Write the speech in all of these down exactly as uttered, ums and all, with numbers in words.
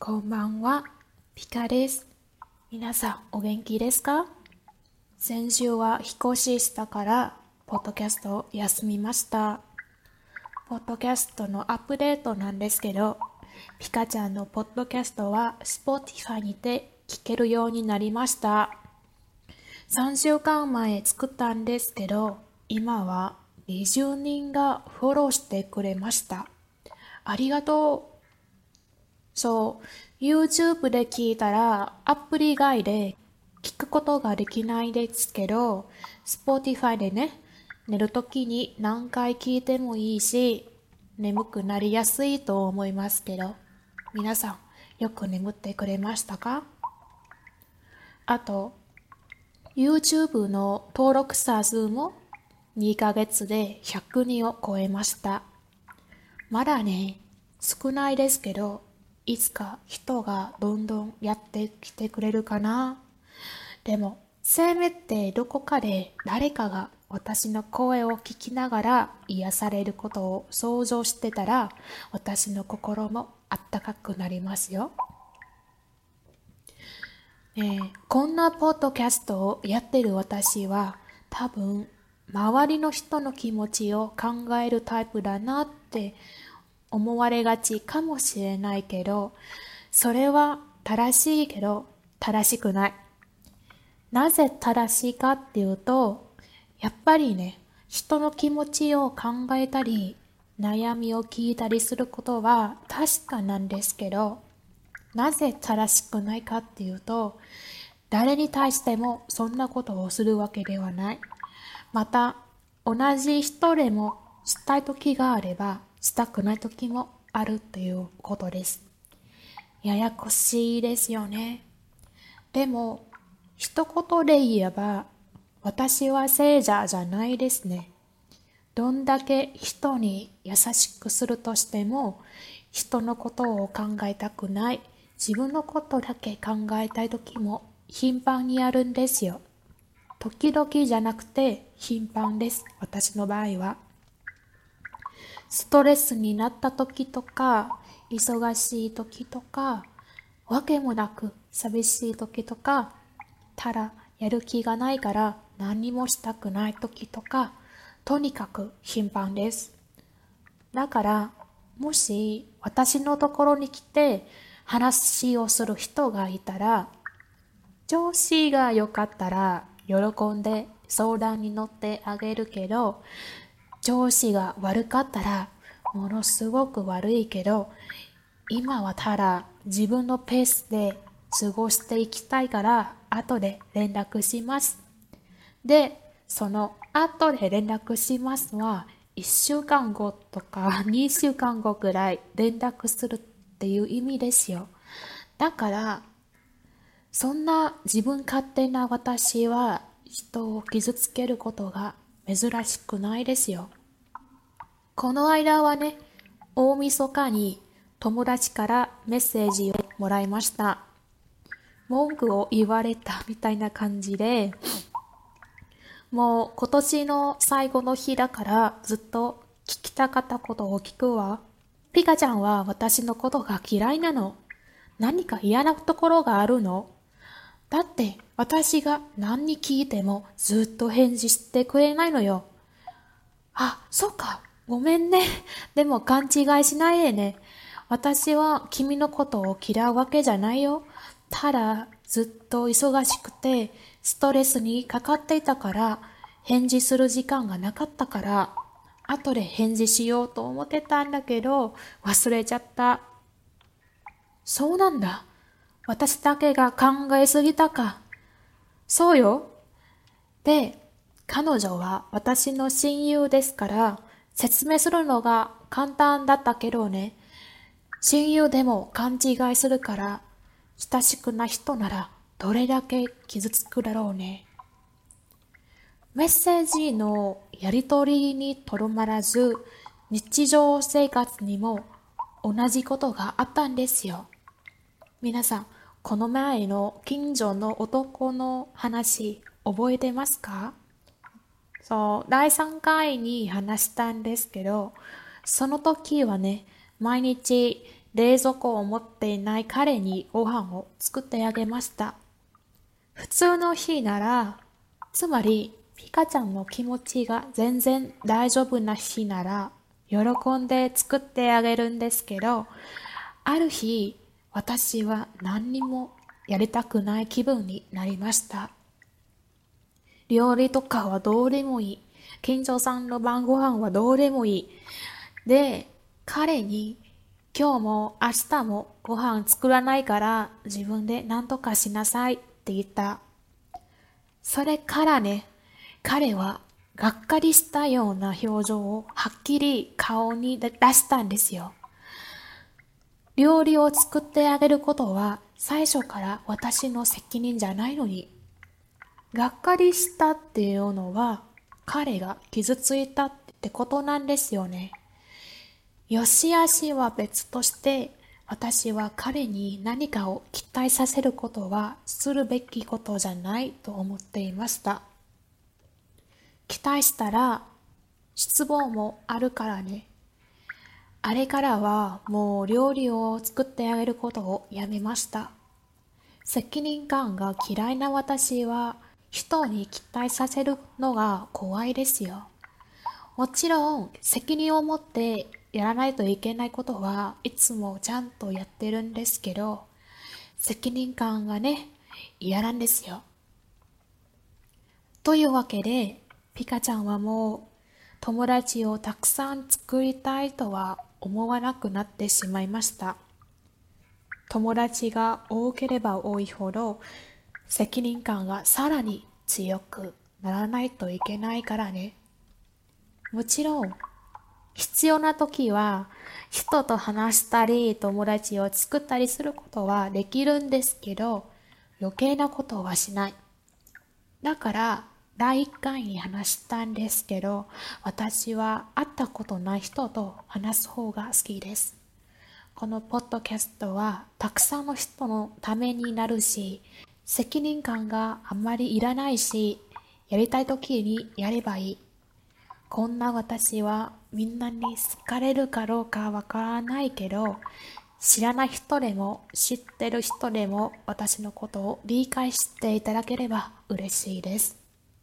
こんばんは、ピカです。皆さんお元気ですか？先週は引っ越ししたから、ポッドキャストを休みました。ポッドキャストのアップデートなんですけど、ピカちゃんのポッドキャストは Spotify にて聞けるようになりました。さんしゅうかんまえ作ったんですけど、今はにじゅうにんがフォローしてくれました。ありがとう。そう、YouTube で聞いたらアプリ外で聞くことができないですけど、Spotify でね、寝るときに何回聞いてもいいし、眠くなりやすいと思いますけど、皆さんよく眠ってくれましたか？あと、YouTube の登録者数もにかげつでひゃくにんを超えました。まだね、少ないですけど、いつか人がどんどんやってきてくれるかな。でも、せめてどこかで誰かが私の声を聞きながら癒されることを想像してたら、私の心もあったかくなりますよ。ねえ、こんなポッドキャストをやってる私は、多分、周りの人の気持ちを考えるタイプだなって思われがちかもしれないけど、それは正しいけど正しくない。なぜ正しいかっていうと、やっぱりね、人の気持ちを考えたり、悩みを聞いたりすることは確かなんですけど、なぜ正しくないかっていうと、誰に対してもそんなことをするわけではない。また、同じ人でもしたい時があれば、したくない時もあるということです。ややこしいですよね。でも、一言で言えば、私は聖者じゃないですね。どんだけ人に優しくするとしても、人のことを考えたくない、自分のことだけ考えたい時も頻繁にあるんですよ。時々じゃなくて頻繁です。私の場合は。ストレスになった時とか、忙しい時とか、わけもなく寂しい時とか、ただやる気がないから何もしたくない時とか、とにかく頻繁です。だから、もし私のところに来て話をする人がいたら、調子が良かったら喜んで相談に乗ってあげるけど、調子が悪かったらものすごく悪いけど、今はただ自分のペースで過ごしていきたいから後で連絡します。で、その後で連絡しますはいっしゅうかんごとかにしゅうかんごくらい連絡するっていう意味ですよ。だから、そんな自分勝手な私は人を傷つけることが珍しくないですよ。この間はね、大晦日に友達からメッセージをもらいました。文句を言われたみたいな感じで、もう今年の最後の日だからずっと聞きたかったことを聞くわ。ピカちゃんは私のことが嫌いなの？何か嫌なところがあるの？だって私が何に聞いてもずっと返事してくれないのよ。あ、そうか。ごめんね。でも勘違いしないでね。私は君のことを嫌うわけじゃないよ。ただ、ずっと忙しくて、ストレスにかかっていたから、返事する時間がなかったから、後で返事しようと思ってたんだけど、忘れちゃった。そうなんだ。私だけが考えすぎたか。そうよ。で、彼女は私の親友ですから、説明するのが簡単だったけどね。親友でも勘違いするから、親しくない人ならどれだけ傷つくだろうね。メッセージのやりとりにとどまらず、日常生活にも同じことがあったんですよ。皆さん、この前の近所の男の話覚えてますか？そう、だいさんかいに話したんですけど、その時はね、毎日冷蔵庫を持っていない彼にご飯を作ってあげました。普通の日なら、つまりピカちゃんの気持ちが全然大丈夫な日なら、喜んで作ってあげるんですけど、ある日、私は何にもやりたくない気分になりました。料理とかはどうでもいい。近所さんの晩ご飯はどうでもいい。で、彼に今日も明日もご飯作らないから自分で何とかしなさいって言った。それからね、彼はがっかりしたような表情をはっきり顔に出したんですよ。料理を作ってあげることは最初から私の責任じゃないのに。がっかりしたっていうのは彼が傷ついたってことなんですよね。よしあしは別として、私は彼に何かを期待させることはするべきことじゃないと思っていました。期待したら失望もあるからね。あれからはもう料理を作ってあげることをやめました。責任感が嫌いな私は人に期待させるのが怖いですよ。もちろん責任を持ってやらないといけないことはいつもちゃんとやってるんですけど、責任感がね、嫌なんですよ。というわけで、ピカちゃんはもう友達をたくさん作りたいとは思わなくなってしまいました。友達が多ければ多いほど責任感がさらに強くならないといけないからね。もちろん必要な時は人と話したり友達を作ったりすることはできるんですけど、余計なことはしない。だからだいいっかいに話したんですけど、私は会ったことない人と話す方が好きです。このポッドキャストはたくさんの人のためになるし、責任感があんまりいらないし、やりたい時にやればいい。こんな私はみんなに好かれるかどうかわからないけど、知らない人でも知ってる人でも私のことを理解していただければ嬉しいです。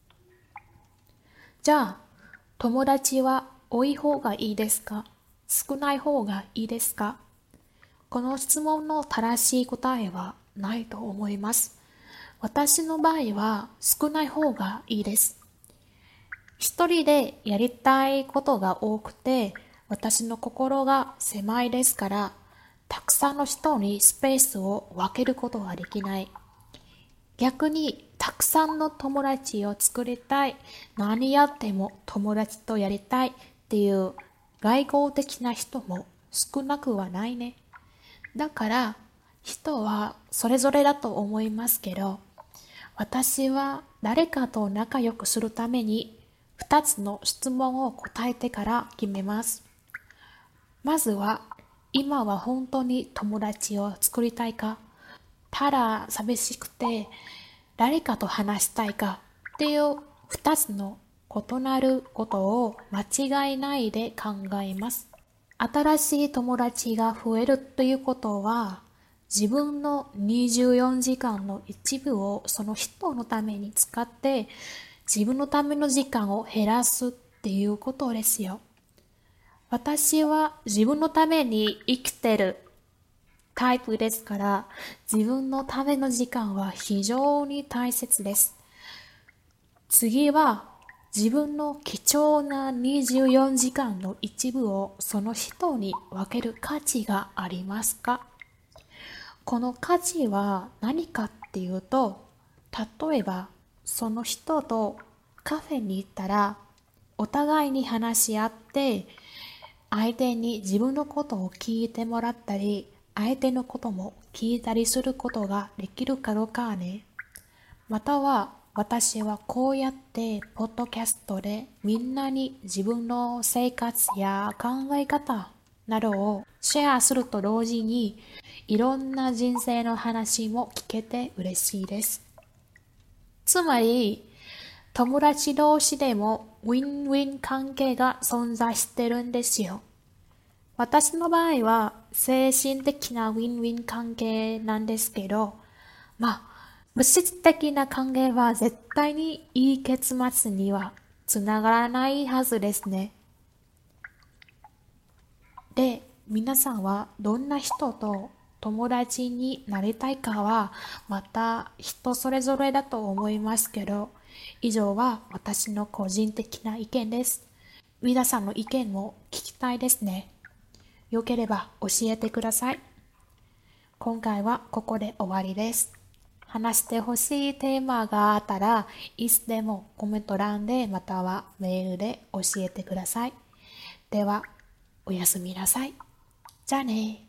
じゃあ、友達は多い方がいいですか？少ない方がいいですか？この質問の正しい答えはないと思います。私の場合は少ない方がいいです。一人でやりたいことが多くて、私の心が狭いですから、たくさんの人にスペースを分けることはできない。逆に、たくさんの友達を作りたい、何やっても友達とやりたいっていう外交的な人も少なくはないね。だから、人はそれぞれだと思いますけど、私は誰かと仲良くするために二つの質問を答えてから決めます。まずは、今は本当に友達を作りたいか、ただ寂しくて誰かと話したいかっていう二つの異なることを間違いないで考えます。新しい友達が増えるということは、自分のにじゅうよじかんの一部をその人のために使って自分のための時間を減らすっていうことですよ。私は自分のために生きてるタイプですから、自分のための時間は非常に大切です。次は自分の貴重なにじゅうよじかんの一部をその人に分ける価値がありますか？この価値は何かっていうと、例えばその人とカフェに行ったらお互いに話し合って相手に自分のことを聞いてもらったり相手のことも聞いたりすることができるかどうかね。または私はこうやってポッドキャストでみんなに自分の生活や考え方などをシェアすると同時にいろんな人生の話も聞けて嬉しいです。つまり友達同士でもウィンウィン関係が存在してるんですよ。私の場合は精神的なウィンウィン関係なんですけど、まあ、物質的な関係は絶対にいい結末にはつながらないはずですね。で、皆さんはどんな人と友達になりたいかはまた人それぞれだと思いますけど、以上は私の個人的な意見です。皆さんの意見も聞きたいですね。よければ教えてください。今回はここで終わりです。話してほしいテーマがあったらいつでもコメント欄でまたはメールで教えてください。では、おやすみなさい。じゃあね。